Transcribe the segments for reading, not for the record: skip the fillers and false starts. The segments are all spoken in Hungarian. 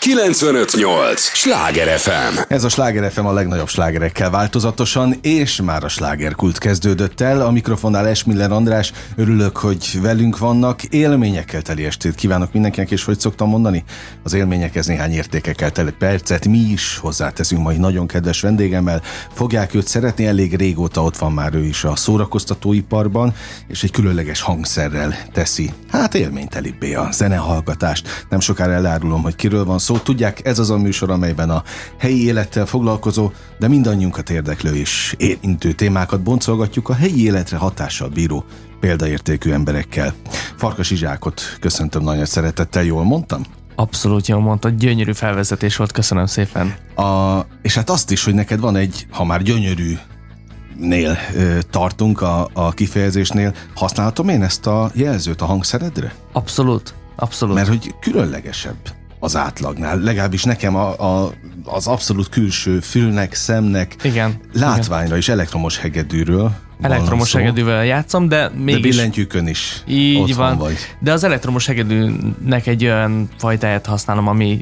95.8 Sláger FM. Ez a Sláger FM a legnagyobb slágerekkel változatosan, és már a slágerkult kezdődött el. A mikrofonnál Esmiller András, örülök, hogy velünk vannak. Élményekkel teli estét kívánok mindenkinek, és hogy szoktam mondani, az élményekhez néhány értékekkel teli percet mi is hozzáteszünk mai nagyon kedves vendégemmel. Fogják őt szeretni, elég régóta ott van már ő is a szórakoztatóiparban, és egy különleges hangszerrel teszi, élménytelibbé a zenehallgatást. Nem sokára elárulom, hogy kiről van szó. Tudják, ez az a műsor, amelyben a helyi élettel foglalkozó, de mindannyiunkat érdeklő és érintő témákat boncolgatjuk a helyi életre hatással bíró példaértékű emberekkel. Farkas Izsákot köszöntöm nagyon szeretettel, jól mondtam? Abszolút jól mondtad, gyönyörű felvezetés volt, köszönöm szépen. És hát azt is, hogy neked van egy, ha már gyönyörűnél tartunk a kifejezésnél, használhatom én ezt a jelzőt a hangszeredre? Abszolút. Mert hogy különlegesebb az átlagnál, legalábbis nekem az abszolút külső fülnek, szemnek, igen, látványra is elektromos hegedűről. Elektromos hegedűvel játszom, de mégis... De billentyűkön is így van vagy. De az elektromos hegedűnek egy olyan fajtáját használom, ami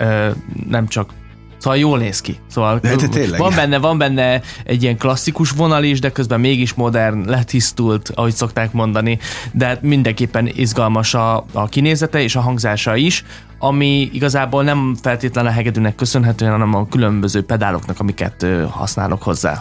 nem csak... Szóval jól néz ki. Szóval van benne egy ilyen klasszikus vonal is, de közben mégis modern, letisztult, ahogy szokták mondani, de hát mindenképpen izgalmas a kinézete és a hangzása is, ami igazából nem feltétlenül a hegedűnek köszönhetően, hanem a különböző pedáloknak, amiket használok hozzá.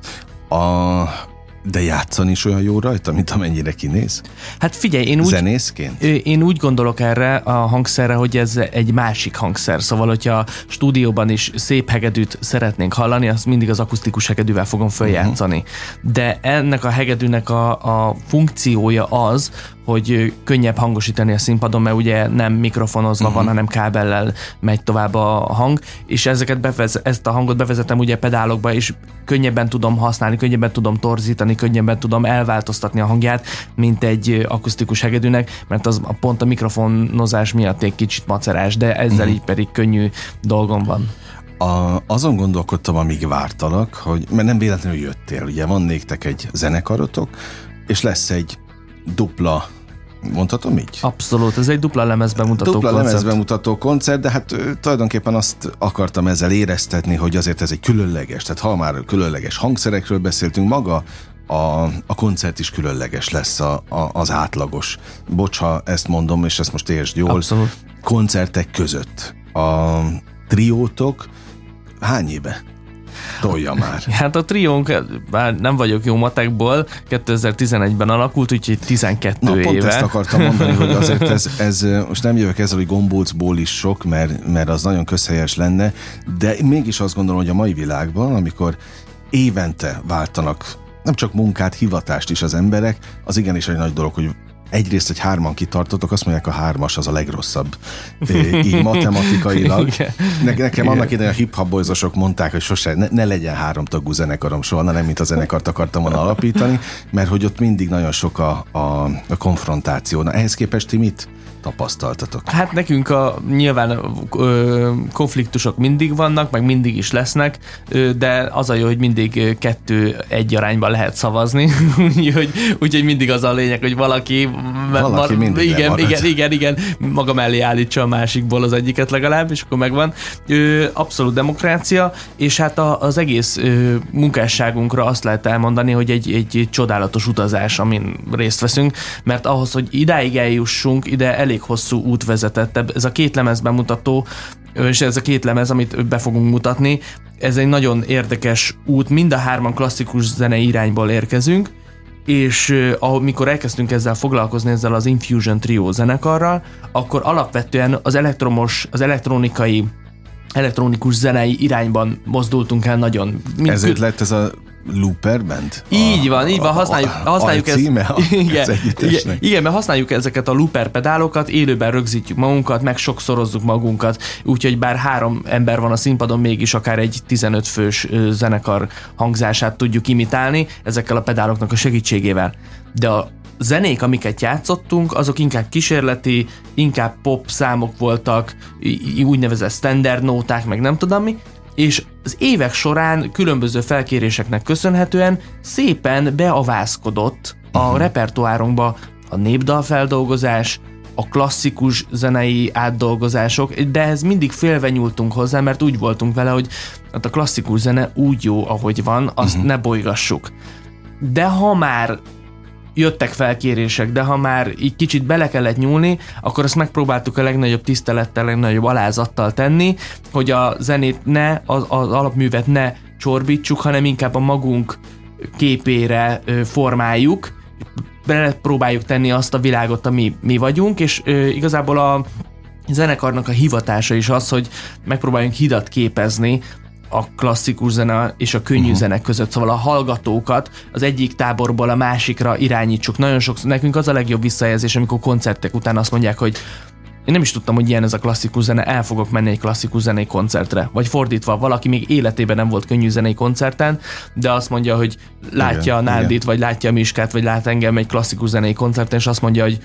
Aha. De játszani is olyan jó rajta, mint amennyire kinéz? Hát figyelj, zenészként? Én úgy gondolok erre a hangszerre, hogy ez egy másik hangszer. Szóval, hogyha stúdióban is szép hegedűt szeretnénk hallani, azt mindig az akusztikus hegedűvel fogom följátszani. De ennek a hegedűnek a funkciója az, hogy könnyebb hangosítani a színpadon, mert ugye nem mikrofonozva van, hanem kábellel megy tovább a hang, és ezt a hangot bevezetem ugye pedálokba, és könnyebben tudom használni, könnyebben tudom torzítani, könnyebben tudom elváltoztatni a hangját, mint egy akusztikus hegedűnek, mert az pont a mikrofonozás miatt egy kicsit macerás, de ezzel így pedig könnyű dolgom van. Azon gondolkodtam, amíg vártalak, mert nem véletlenül jöttél, ugye van néktek egy zenekarotok, és lesz egy dupla, mondhatom így? Abszolút, ez egy dupla lemezbemutató koncert. De hát tulajdonképpen azt akartam ezzel éreztetni, hogy azért ez egy különleges, tehát ha már különleges hangszerekről beszéltünk, maga a koncert is különleges lesz az átlagos. Bocs, ha ezt mondom, és ezt most értsd jól. Abszolút. Koncertek között a triótok hány éve tolja már? Hát a triónk, már nem vagyok jó matekból, 2011-ben alakult, úgyhogy 12 éve. Pont ezt akartam mondani, hogy azért ez most nem jövök ezzel, hogy gombócból is sok, mert az nagyon közhelyes lenne, de mégis azt gondolom, hogy a mai világban, amikor évente váltanak nem csak munkát, hivatást is az emberek, az igenis egy nagy dolog, hogy egyrészt, hogy 3-an kitartotok, azt mondják, a 3-as az a legrosszabb, így matematikailag. Nekem annak idején a hip-hop boysosok mondták, hogy sose, ne legyen 3 tagú zenekarom soha, nem mint a zenekart akartam volna alapítani, mert hogy ott mindig nagyon sok a konfrontáció. Na, ehhez képest ti mit tapasztaltatok? Hát nekünk nyilván konfliktusok mindig vannak, meg mindig is lesznek, de az a jó, hogy mindig 2-1 arányban lehet szavazni, úgyhogy mindig az a lényeg, hogy valaki mindig igen, maga mellé állítsa a másikból az egyiket legalább, és akkor megvan. Abszolút demokrácia, és hát az egész munkásságunkra azt lehet elmondani, hogy egy csodálatos utazás, amin részt veszünk, mert ahhoz, hogy idáig eljussunk, ide elég hosszú út vezetett. Ez a 2 lemez bemutató, és ez a 2 lemez, amit be fogunk mutatni, ez egy nagyon érdekes út, mind a 3-an klasszikus zenei irányból érkezünk, és amikor elkezdtünk ezzel foglalkozni, ezzel az Infusion Trio zenekarral, akkor alapvetően az elektronikus zenei irányban mozdultunk el nagyon. Ezért lett ez a Looper Band? Így van, használjuk ezt. Igen, mert használjuk ezeket a looper pedálokat, élőben rögzítjük magunkat, meg sokszorozzuk magunkat, úgyhogy bár 3 ember van a színpadon, mégis akár egy 15 fős zenekar hangzását tudjuk imitálni ezekkel a pedáloknak a segítségével. De a zenék, amiket játszottunk, azok inkább kísérleti, inkább pop számok voltak, úgynevezett standard nóták, meg nem tudom mi, és az évek során különböző felkéréseknek köszönhetően szépen beavászkodott a repertoárunkba a népdalfeldolgozás, a klasszikus zenei átdolgozások, de ehhez mindig félve nyúltunk hozzá, mert úgy voltunk vele, hogy hát a klasszikus zene úgy jó, ahogy van, azt ne bolygassuk. De ha már jöttek felkérések, de ha már így kicsit bele kellett nyúlni, akkor azt megpróbáltuk a legnagyobb tisztelettel, legnagyobb alázattal tenni, hogy a zenét az alapművet ne csorbítsuk, hanem inkább a magunk képére formáljuk, próbáljuk tenni azt a világot, ami mi vagyunk, és igazából a zenekarnak a hivatása is az, hogy megpróbáljunk hidat képezni a klasszikus zene és a könnyű zene között, szóval a hallgatókat az egyik táborból a másikra irányítsuk. Nagyon sokszor nekünk az a legjobb visszajelzés, amikor koncertek után azt mondják, hogy én nem is tudtam, hogy ilyen ez a klasszikus zene, el fogok menni egy klasszikus zenei koncertre. Vagy fordítva, valaki még életében nem volt könnyű zenei koncerten, de azt mondja, hogy látja a Nándit, vagy látja a Miskát, vagy lát engem egy klasszikus zenei koncerten, és azt mondja, hogy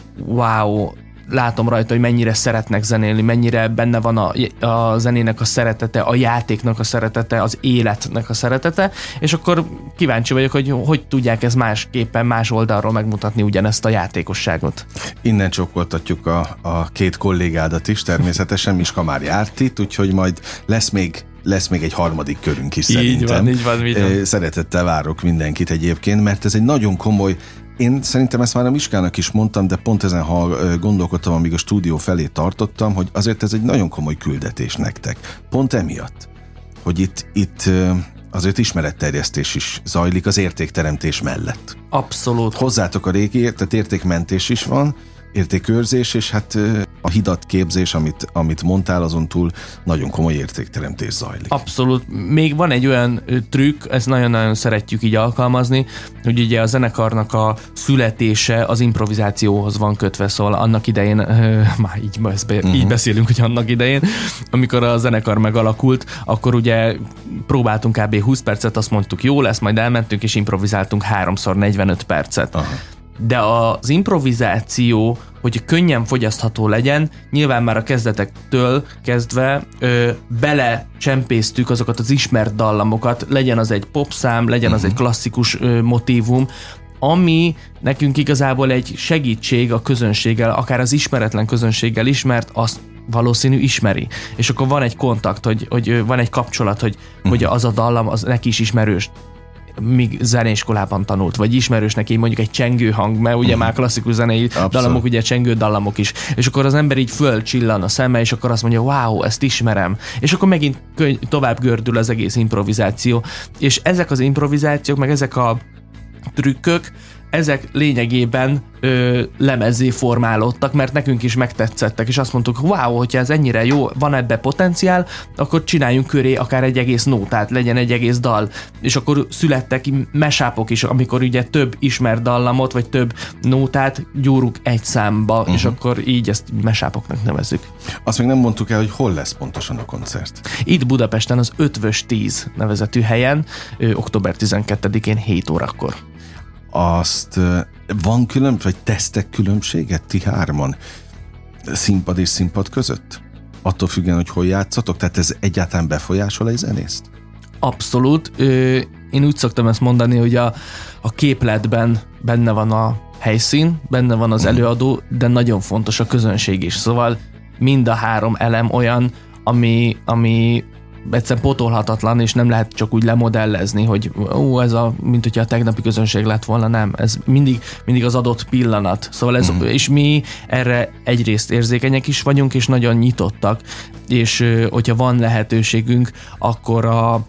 wow, látom rajta, hogy mennyire szeretnek zenélni, mennyire benne van a zenének a szeretete, a játéknak a szeretete, az életnek a szeretete, és akkor kíváncsi vagyok, hogy tudják ezt másképpen, más oldalról megmutatni ugyanezt a játékosságot. Innen csókoltatjuk a két kollégádat is, természetesen Miska már járt itt, úgyhogy majd lesz még egy harmadik körünk is szerintem. Így van. Szeretettel várok mindenkit egyébként, mert ez egy nagyon komoly. Én szerintem ezt már a Miskának is mondtam, de pont ezen gondolkodtam, amíg a stúdió felé tartottam, hogy azért ez egy nagyon komoly küldetés nektek. Pont emiatt, hogy itt azért ismeretterjesztés is zajlik az értékteremtés mellett. Abszolút. Hozzátok a régi, tehát értékmentés is van, értékőrzés, és hát a hidatképzés, amit mondtál, azon túl nagyon komoly értékteremtés zajlik. Abszolút. Még van egy olyan trükk, ezt nagyon-nagyon szeretjük így alkalmazni, hogy ugye a zenekarnak a születése az improvizációhoz van kötve, szóval annak idején, már így beszélünk, hogy annak idején, amikor a zenekar megalakult, akkor ugye próbáltunk kb. 20 percet, azt mondtuk, jó lesz, majd elmentünk és improvizáltunk 3x 45 percet. Aha. De az improvizáció, hogy könnyen fogyasztható legyen, nyilván már a kezdetektől kezdve belecsempésztük azokat az ismert dallamokat, legyen az egy popszám, legyen az egy klasszikus motívum, ami nekünk igazából egy segítség a közönséggel, akár az ismeretlen közönséggel is, mert azt valószínű ismeri. És akkor van egy kontakt, hogy van egy kapcsolat, hogy az a dallam az neki is ismerős, míg zeneiskolában tanult, vagy ismerős neki mondjuk egy csengő hang, mert ugye már klasszikus zenei dallamok, ugye csengő dallamok is. És akkor az ember így fölcsillan a szeme, és akkor azt mondja, wow, ezt ismerem. És akkor megint tovább gördül az egész improvizáció. És ezek az improvizációk, meg ezek a trükkök, ezek lényegében lemezzé formálódtak, mert nekünk is megtetszettek, és azt mondtuk, wow, hogyha ez ennyire jó, van ebbe potenciál, akkor csináljunk köré akár egy egész nótát, legyen egy egész dal, és akkor születtek mashup-ok is, amikor ugye több ismert dallamot, vagy több nótát gyúrunk egy számba, és akkor így ezt mashup-oknak nevezzük. Azt még nem mondtuk el, hogy hol lesz pontosan a koncert. Itt Budapesten az Ötvös 10 nevezetű helyen, október 12-én 7 órakor. Azt van vagy tesztek különbséget ti hárman színpad és színpad között? Attól függően, hogy hol játszatok? Tehát ez egyáltalán befolyásol egy zenészt? Abszolút. Én úgy szoktam ezt mondani, hogy a képletben benne van a helyszín, benne van az előadó, de nagyon fontos a közönség is. Szóval mind a három elem olyan, ami egyszerűen pótolhatatlan, és nem lehet csak úgy lemodellezni, hogy ez mint hogyha a tegnapi közönség lett volna, nem. Ez mindig az adott pillanat. Szóval ez, és mi erre egyrészt érzékenyek is vagyunk, és nagyon nyitottak, és hogyha van lehetőségünk, akkor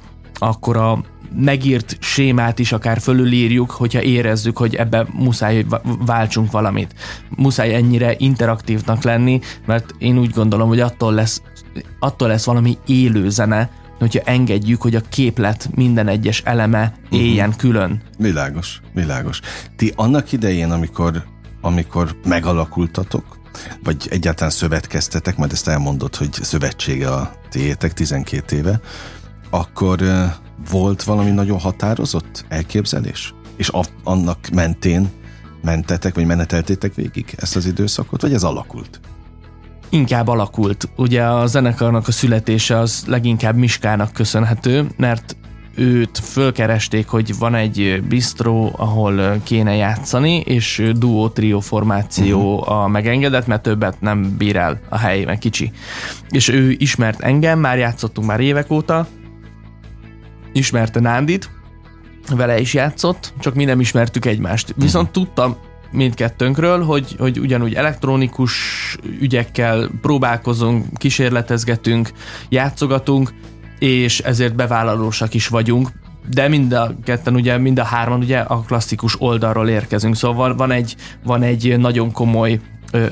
a megírt sémát is akár fölülírjuk, hogyha érezzük, hogy ebbe muszáj váltsunk valamit. Muszáj ennyire interaktívnak lenni, mert én úgy gondolom, hogy attól lesz valami élő zene, hogyha engedjük, hogy a képlet minden egyes eleme éljen külön. Világos. Ti annak idején, amikor megalakultatok, vagy egyáltalán szövetkeztetek, majd ezt elmondod, hogy szövetsége a tiétek 12 éve, akkor volt valami nagyon határozott elképzelés? És annak mentén mentetek, vagy meneteltétek végig ezt az időszakot, vagy ez alakult? Inkább alakult. Ugye a zenekarnak a születése az leginkább Miskának köszönhető, mert őt fölkeresték, hogy van egy bistró, ahol kéne játszani, és duó-trió formáció a megengedett, mert többet nem bír el a hely, meg kicsi. És ő ismert engem, már játszottunk már évek óta, ismerte Nándit, vele is játszott, csak mi nem ismertük egymást. Viszont tudtam mindkettőnkről, hogy ugyanúgy elektronikus ügyekkel próbálkozunk, kísérletezgetünk, játszogatunk, és ezért bevállalósak is vagyunk, de mind a hárman ugye a klasszikus oldalról érkezünk, szóval van egy nagyon komoly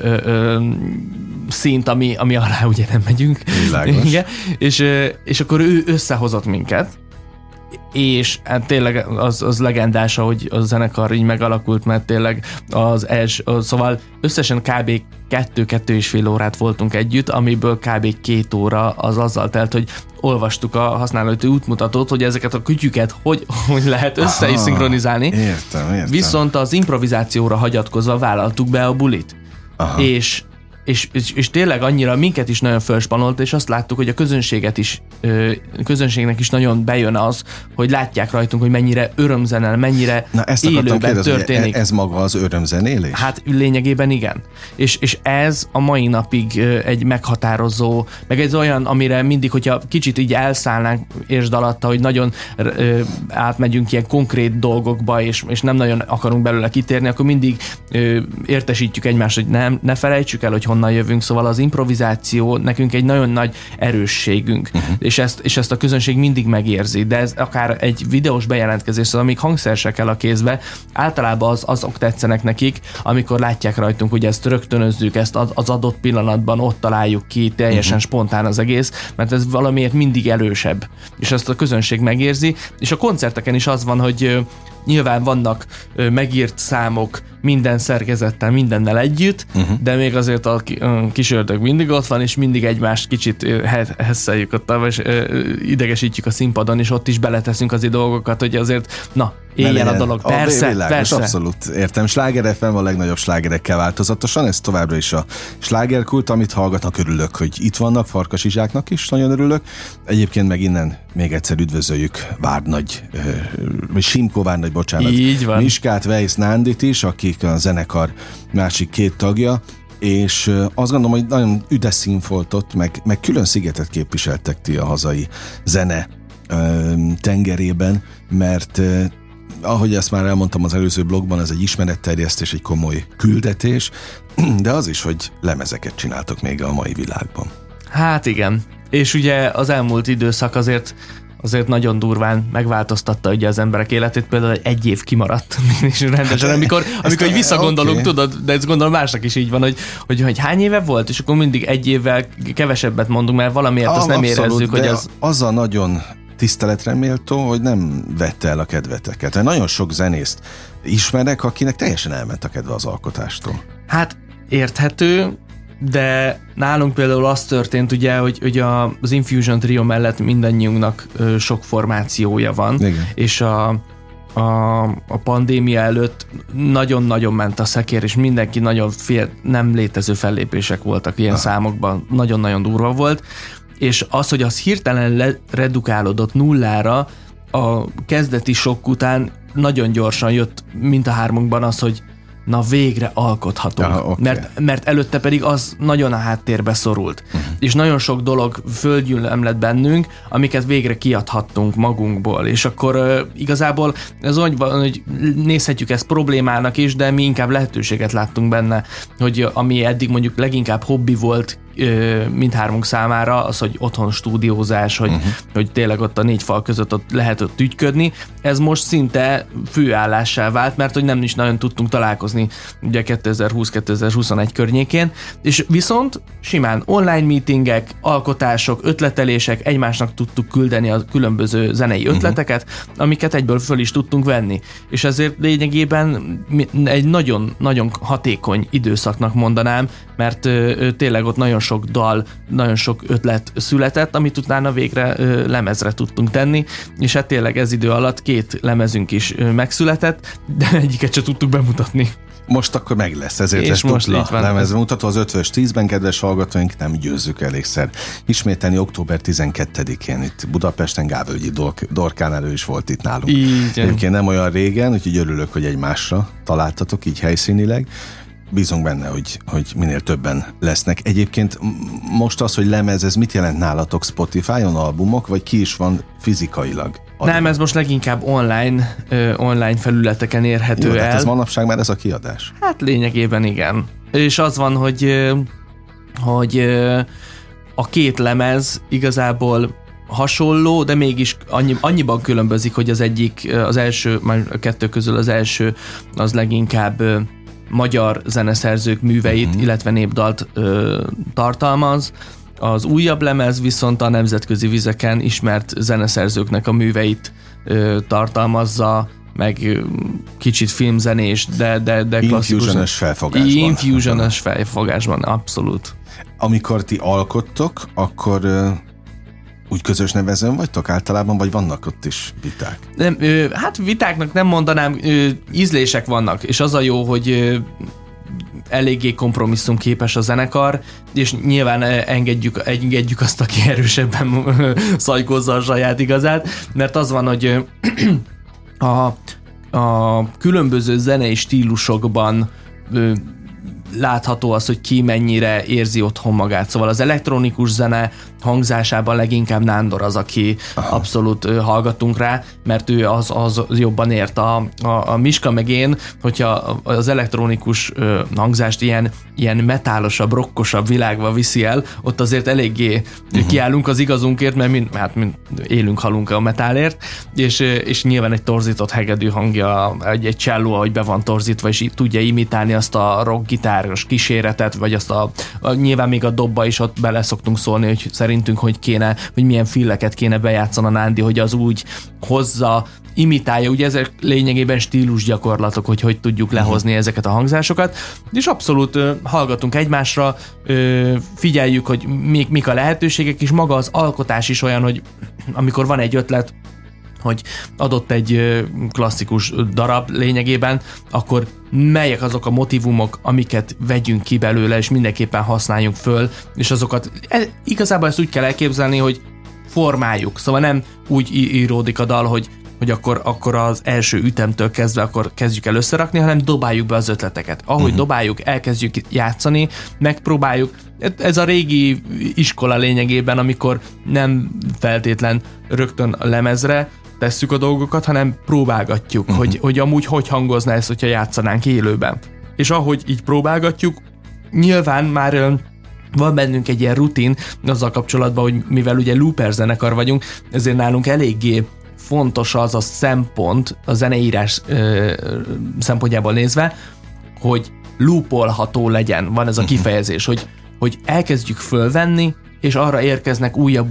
szint, ami alá ugye nem megyünk. Igen, és akkor ő összehozott minket, és hát tényleg az legendás, ahogy a zenekar így megalakult, mert tényleg szóval összesen kb. 2-2,5 órát voltunk együtt, amiből kb. 2 óra az azzal telt, hogy olvastuk a használati útmutatót, hogy ezeket a kütyüket hogy lehet össze is szinkronizálni. Értem. Viszont az improvizációra hagyatkozva vállaltuk be a bulit. És tényleg annyira minket is nagyon felspanolt, és azt láttuk, hogy a közönségnek is nagyon bejön az, hogy látják rajtunk, hogy mennyire örömzenel, mennyire élőben történik. Ez maga az örömzenélés? Hát lényegében igen. És ez a mai napig egy meghatározó, meg ez olyan, amire mindig, hogyha kicsit így elszállnánk értsd alatta, hogy nagyon átmegyünk ilyen konkrét dolgokba, és nem nagyon akarunk belőle kitérni, akkor mindig értesítjük egymást, hogy ne felejtsük el, hogy honnan jövünk, szóval az improvizáció nekünk egy nagyon nagy erősségünk, és ezt a közönség mindig megérzi, de ez akár egy videós bejelentkezés, szóval amíg hangszer se kell a kézbe, általában azok tetszenek nekik, amikor látják rajtunk, hogy ezt rögtönözzük, ezt az adott pillanatban ott találjuk ki, teljesen spontán az egész, mert ez valamiért mindig erősebb, és ezt a közönség megérzi, és a koncerteken is az van, hogy nyilván vannak megírt számok minden szerkezettel, mindennel együtt, de még azért a kis ördög mindig ott van, és mindig egymást kicsit hesszeljük ott, és idegesítjük a színpadon, és ott is beleteszünk az dolgokat, hogy azért, éljen a dolog. Persze. Abszolút értem. Sláger FM a legnagyobb slágerekkel változatosan, ez továbbra is a slágerkult, amit hallgatnak, örülök, hogy itt vannak, Farkas Izsáknak is nagyon örülök. Egyébként meg innen még egyszer üdvözöljük Simko Várnagy, bocsánat. Így van. Miskát, Weiss, Nándit is, akik a zenekar másik 2 tagja, és azt gondolom, hogy nagyon üdes színfoltot, meg külön szigetet képviseltek ti a hazai zene tengerében, mert ahogy ezt már elmondtam az előző blogban, ez egy ismeretterjesztés, egy komoly küldetés, de az is, hogy lemezeket csináltok még a mai világban. Hát igen, és ugye az elmúlt időszak azért nagyon durván megváltoztatta ugye az emberek életét, például egy év kimaradt és rendesen, amikor így visszagondolunk, tudod, de ezt gondolom másnak is így van, hogy hány éve volt, és akkor mindig egy évvel kevesebbet mondunk, mert valamiért azt nem érezzük, hogy az... Azzal nagyon tiszteletre méltó, hogy nem vette el a kedveteket. Mert nagyon sok zenészt ismerek, akinek teljesen elment a kedve az alkotástól. Hát érthető, de nálunk például az történt ugye, hogy az Infusion Trio mellett mindannyiunknak sok formációja van, igen. És a pandémia előtt nagyon-nagyon ment a szekér, és mindenki nagyon nem létező fellépések voltak ilyen számokban, nagyon-nagyon durva volt, és az, hogy az hirtelen redukálódott nullára, a kezdeti sok után nagyon gyorsan jött mind a hármunkban az, hogy na végre alkothatunk. Mert előtte pedig az nagyon a háttérbe szorult. És nagyon sok dolog földgyűlöm lett bennünk, amiket végre kiadhattunk magunkból. És akkor igazából ez úgy van, hogy nézhetjük ezt problémának is, de mi inkább lehetőséget láttunk benne, hogy ami eddig mondjuk leginkább hobbi volt mindhármunk számára, az, hogy otthon stúdiózás, hogy tényleg ott a 4 fal között ott lehet ott ügyködni. Ez most szinte főállássá vált, mert hogy nem is nagyon tudtunk találkozni ugye 2020-2021 környékén, és viszont simán online meetingek, alkotások, ötletelések, egymásnak tudtuk küldeni a különböző zenei ötleteket, amiket egyből föl is tudtunk venni. És ezért lényegében egy nagyon-nagyon hatékony időszaknak mondanám, mert tényleg ott nagyon sok dal, nagyon sok ötlet született, amit utána végre lemezre tudtunk tenni, és hát tényleg ez idő alatt 2 lemezünk is megszületett, de egyiket sem tudtuk bemutatni. Most akkor meg lesz, ezért és lesz dupla lemezbemutató az 5-ös 10-ben, kedves hallgatóink, nem győzzük elégszer ismételni október 12-én itt Budapesten, Gávölgyi Dorkánál, ő is volt itt nálunk. Egyébként nem olyan régen, úgyhogy örülök, hogy egymásra találtatok így helyszínileg. Bízunk benne, hogy minél többen lesznek. Egyébként most az, hogy lemez, ez mit jelent nálatok? Spotify-on albumok, vagy ki is van fizikailag? Nem, ez most leginkább online felületeken érhető el. Ez manapság már ez a kiadás? Hát lényegében igen. És az van, hogy a két lemez igazából hasonló, de mégis annyiban különbözik, hogy az első, már a kettő közül az első az leginkább magyar zeneszerzők műveit, illetve népdalt tartalmaz. Az újabb lemez viszont a nemzetközi vizeken ismert zeneszerzőknek a műveit tartalmazza, meg kicsit filmzenés, de klasszikus. Infusion-ös felfogásban. Infusion-ös felfogásban, abszolút. Amikor ti alkottok, akkor úgy közös nevezőn vagytok általában, vagy vannak ott is viták? Nem, hát vitáknak nem mondanám, ízlések vannak, és az a jó, hogy eléggé kompromisszumképes a zenekar, és nyilván engedjük azt, aki erősebben szajkózza a saját igazát, mert az van, hogy a különböző zenei stílusokban látható az, hogy ki mennyire érzi otthon magát. Szóval az elektronikus zene hangzásában leginkább Nándor az, aki abszolút hallgatunk rá, mert ő az jobban ért. A Miska meg én, hogyha az elektronikus hangzást ilyen metálosabb, rockosabb világba viszi el, ott azért eléggé kiállunk az igazunkért, mert mind élünk, halunk a metálért, és nyilván egy torzított hegedű hangja, egy cselló, ahogy be van torzítva, és tudja imitálni azt a rockgitáros kíséretet, vagy azt nyilván még a dobba is ott bele szoktunk szólni, hogy szerintünk, hogy milyen filleket kéne bejátszani a Nándi, hogy az úgy hozza, imitálja, ugye ezek lényegében stílusgyakorlatok, hogy tudjuk lehozni ezeket a hangzásokat, és abszolút hallgatunk egymásra, figyeljük, hogy mik a lehetőségek, és maga az alkotás is olyan, hogy amikor van egy ötlet, hogy adott egy klasszikus darab lényegében, akkor melyek azok a motivumok, amiket vegyünk ki belőle, és mindenképpen használjunk föl, és azokat igazából ezt úgy kell elképzelni, hogy formáljuk, szóval nem úgy íródik a dal, hogy akkor az első ütemtől kezdve akkor kezdjük el összerakni, hanem dobáljuk be az ötleteket. Ahogy dobáljuk, elkezdjük játszani, megpróbáljuk. Ez a régi iskola lényegében, amikor nem feltétlen rögtön a lemezre tesszük a dolgokat, hanem próbálgatjuk, hogy amúgy hogy hangozna ezt, hogyha játszanánk élőben. És ahogy így próbálgatjuk, nyilván már van bennünk egy ilyen rutin azzal kapcsolatban, hogy mivel ugye looper zenekar vagyunk, ezért nálunk eléggé fontos az a szempont, a zeneírás szempontjából nézve, hogy loopolható legyen. Van ez a kifejezés, hogy elkezdjük fölvenni, és arra érkeznek újabb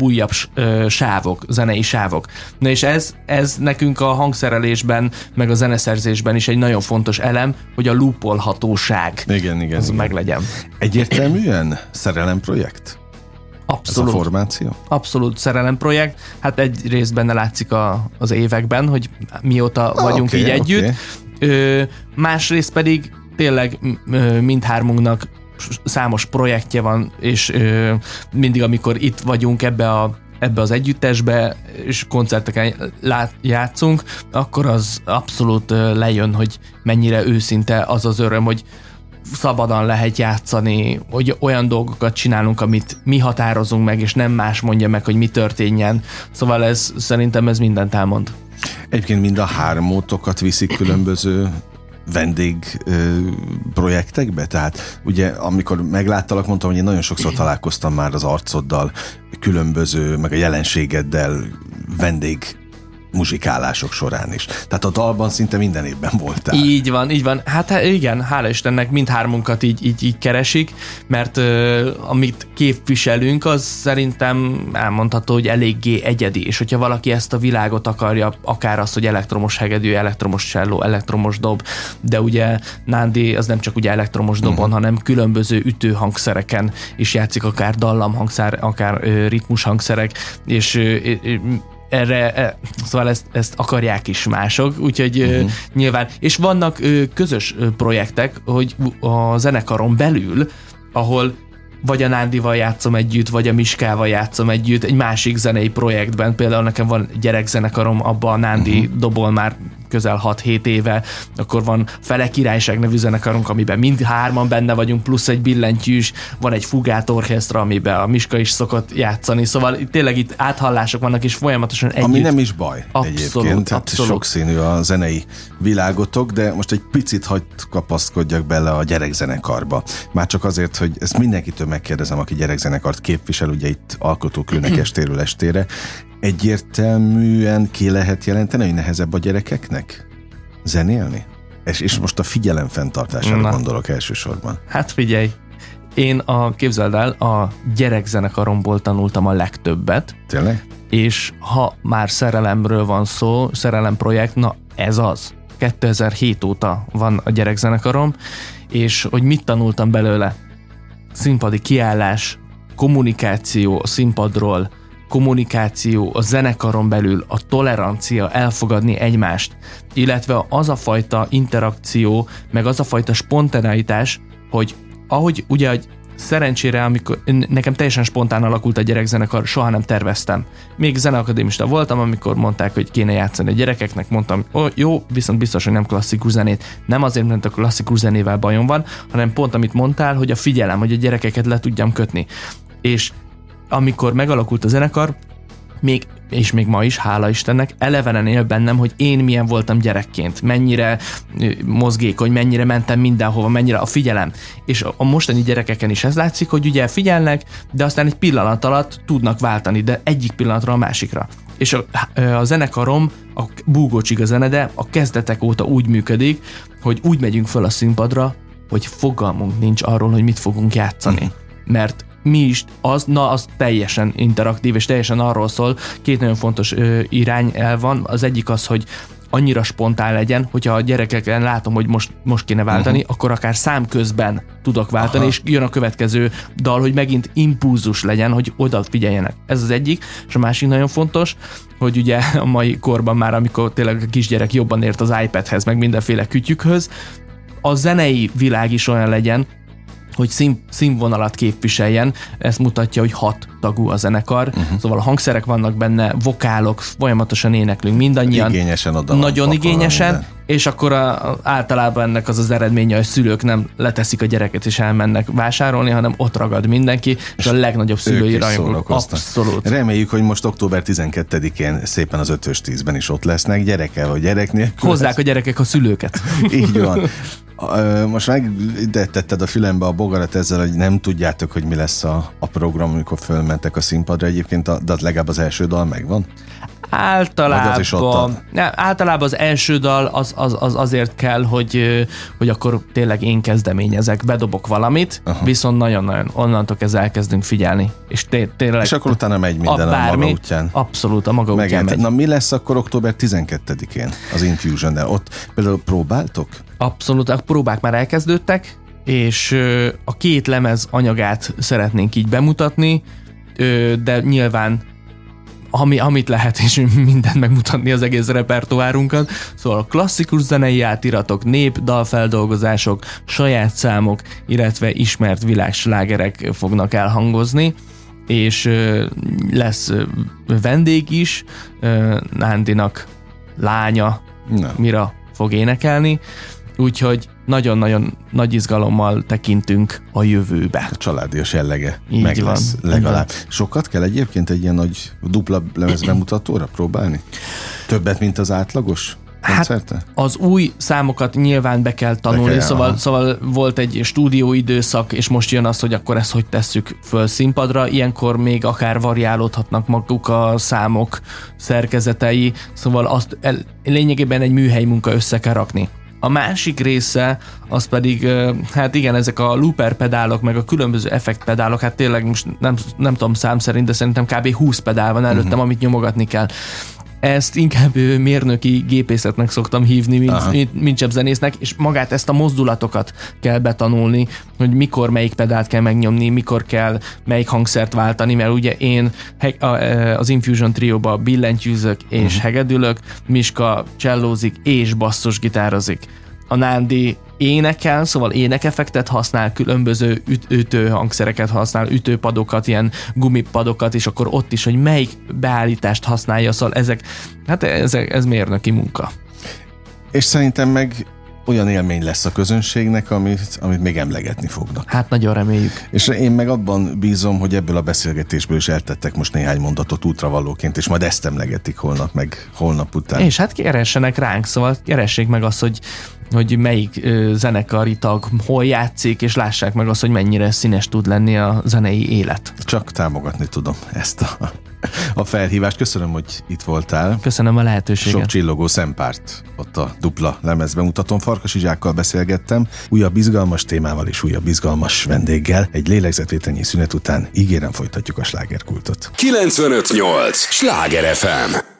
sávok, zenei sávok. Na és ez nekünk a hangszerelésben, meg a zeneszerzésben is egy nagyon fontos elem, hogy a loopolhatóság igen, meglegyen. Egyértelműen szerelemprojekt? Abszolút. Ez a formáció? Abszolút szerelemprojekt. Hát egyrészt benne látszik az években, hogy mióta vagyunk így együtt. Másrészt pedig tényleg mindhármunknak számos projektje van, és mindig, amikor itt vagyunk ebbe az együttesbe, és koncerteken játszunk, akkor az abszolút lejön, hogy mennyire őszinte az öröm, hogy szabadon lehet játszani, hogy olyan dolgokat csinálunk, amit mi határozunk meg, és nem más mondja meg, hogy mi történjen. Szóval szerintem ez mindent elmond. Egyébként mind a hármótokat viszik különböző vendég projektekbe? Tehát ugye amikor megláttalak, mondtam, hogy én nagyon sokszor találkoztam már az arcoddal, különböző, meg a jelenségeddel vendég muzsikálások során is. Tehát a dalban szinte minden évben voltál. Így van. Hát igen, hála Istennek mindhármunkat így keresik, mert amit képviselünk, az szerintem elmondható, hogy eléggé egyedi, és hogyha valaki ezt a világot akarja, akár az, hogy elektromos hegedű, elektromos cselló, elektromos dob, de ugye Nándi az nem csak ugye elektromos dobon, hanem különböző ütőhangszereken is játszik, akár dallamhangszer, akár ritmushangszerek, és szóval ezt akarják is mások, úgyhogy nyilván, és vannak közös projektek, hogy a zenekaron belül, ahol vagy a Nándival játszom együtt, vagy a Miskával játszom együtt, egy másik zenei projektben, például nekem van gyerekzenekarom, abban a Nándi dobol már közel 6-7 éve, akkor van Fele Királyság nevű zenekarunk, amiben mind hárman benne vagyunk, plusz egy billentyűs, van egy Fugát orchestra, amiben a Miska is szokott játszani, szóval tényleg itt áthallások vannak, és folyamatosan együtt. Ami nem is baj egyébként, hát sokszínű a zenei világotok, de most egy picit hagyd kapaszkodjak bele a gyerekzenekarba. Már csak azért, hogy ezt mindenkitől megkérdezem, aki gyerekzenekart képvisel, ugye itt alkotókülnek estéről estére. Egyértelműen ki lehet jelenteni, hogy nehezebb a gyerekeknek zenélni? És most a figyelem fenntartására gondolok elsősorban. Hát figyelj, én képzeld el, a gyerekzenekaromból tanultam a legtöbbet. Tényleg? És ha már szerelemről van szó, szerelemprojekt, na ez az. 2007 óta van a gyerekzenekarom, és hogy mit tanultam belőle? Színpadi kiállás, kommunikáció a színpadról, kommunikáció a zenekaron belül, a tolerancia, elfogadni egymást, illetve az a fajta interakció, meg az a fajta spontaneitás, hogy ahogy ugye szerencsére, amikor nekem teljesen spontán alakult a gyerekzenekar, soha nem terveztem. Még zeneakadémista voltam, amikor mondták, hogy kéne játszani a gyerekeknek, mondtam, jó, viszont biztos, hogy nem klasszikus zenét. Nem azért, mert a klasszikus zenével bajom van, hanem pont amit mondtál, hogy a figyelem, hogy a gyerekeket le tudjam kötni. És amikor megalakult a zenekar, még ma is, hála Istennek, elevenen él bennem, hogy én milyen voltam gyerekként, mennyire mozgékony, mennyire mentem mindenhova, mennyire a figyelem. És a mostani gyerekeken is ez látszik, hogy ugye figyelnek, de aztán egy pillanat alatt tudnak váltani, de egyik pillanatra a másikra. És a zenekarom, a Búgócsig a zene, de a kezdetek óta úgy működik, hogy úgy megyünk föl a színpadra, hogy fogalmunk nincs arról, hogy mit fogunk játszani. Mert mi is, az teljesen interaktív, és teljesen arról szól, két nagyon fontos irányelv van. Az egyik az, hogy annyira spontán legyen, hogyha a gyerekeken látom, hogy most kéne váltani, akkor akár számközben tudok váltani, és jön a következő dal, hogy megint impulzus legyen, hogy oda figyeljenek. Ez az egyik, és a másik nagyon fontos, hogy ugye a mai korban már, amikor tényleg a kisgyerek jobban ért az iPadhez, meg mindenféle kütyükhöz, a zenei világ is olyan legyen, hogy színvonalat képviseljen, ezt mutatja, hogy 6 tagú a zenekar, szóval a hangszerek vannak benne, vokálok, folyamatosan éneklünk mindannyian. Igényesen oda. Nagyon igényesen, és akkor általában ennek az eredménye, hogy szülők nem leteszik a gyereket és elmennek vásárolni, hanem ott ragad mindenki, és a legnagyobb szülői rajongók. Abszolút. Reméljük, hogy most október 12-én szépen az 5-ös 10-ben is ott lesznek, gyerekkel vagy gyerek nélkül. Hozzák a gyerekek a szülőket. Így van. Most megtetted a fülembe a bogarat ezzel, hogy nem tudjátok, hogy mi lesz a program, amikor fölmentek a színpadra egyébként, de legalább az első dal megvan? Általában az első dal az azért kell, hogy akkor tényleg én kezdeményezek, bedobok valamit, viszont nagyon-nagyon onnantól kezdve elkezdünk figyelni. És tényleg. És akkor utána megy minden a maga útján. Abszolút, a maga útján megy. Na mi lesz akkor október 12-én az Infusion-nel? Ott például próbáltok? Abszolút, a próbák már elkezdődtek, és a 2 lemez anyagát szeretnénk így bemutatni, de nyilván amit lehet, és mindent megmutatni, az egész repertoárunkat. Szóval klasszikus zenei átiratok, nép, dalfeldolgozások, saját számok, illetve ismert világslágerek fognak elhangozni, és lesz vendég is, Nándinak lánya Mira fog énekelni, úgyhogy nagyon-nagyon nagy izgalommal tekintünk a jövőbe. A családias jellege így meg van, lesz legalább. Sokat kell egyébként egy ilyen nagy dupla lemez bemutatóra próbálni? Többet, mint az átlagos koncerte? Hát az új számokat nyilván be kell tanulni, szóval volt egy stúdióidőszak, és most jön az, hogy akkor ezt hogy tesszük föl színpadra. Ilyenkor még akár variálódhatnak maguk a számok szerkezetei, szóval azt lényegében egy műhely munka össze kell rakni. A másik része, az pedig, hát igen, ezek a looper pedálok, meg a különböző effektpedálok, hát tényleg most nem tudom szám szerint, de szerintem kb. 20 pedál van előttem, amit nyomogatni kell. Ezt inkább mérnöki gépészetnek szoktam hívni, mint sem zenésznek, és magát ezt a mozdulatokat kell betanulni, hogy mikor melyik pedált kell megnyomni, mikor kell melyik hangszert váltani, mert ugye én az Infusion Trióba billentyűzök és hegedülök, Miska csellózik és basszusgitározik. A Nándi énekel, szóval énekeffektet használ, különböző ütőhangszereket használ, ütőpadokat, ilyen gumipadokat, és akkor ott is, hogy melyik beállítást használja, szóval ez mérnöki munka. És szerintem meg olyan élmény lesz a közönségnek, amit még emlegetni fognak. Hát nagyon reméljük. És én meg abban bízom, hogy ebből a beszélgetésből is eltettek most néhány mondatot útravalóként, és majd ezt emlegetik holnap, meg holnap után. És hát keressenek ránk, szóval keressék meg azt, hogy melyik zenekari tag hol játszik, és lássák meg azt, hogy mennyire színes tud lenni a zenei élet. Csak támogatni tudom ezt a felhívást. Köszönöm, hogy itt voltál. Köszönöm a lehetőséget. Sok csillogó szempárt ott a dupla lemezbemutatón. Farkasi Zsákkal beszélgettem, újabb izgalmas témával és újabb izgalmas vendéggel. Egy lélegzetvételnyi szünet után ígérem folytatjuk a slágerkultot. 95.8 Sláger FM.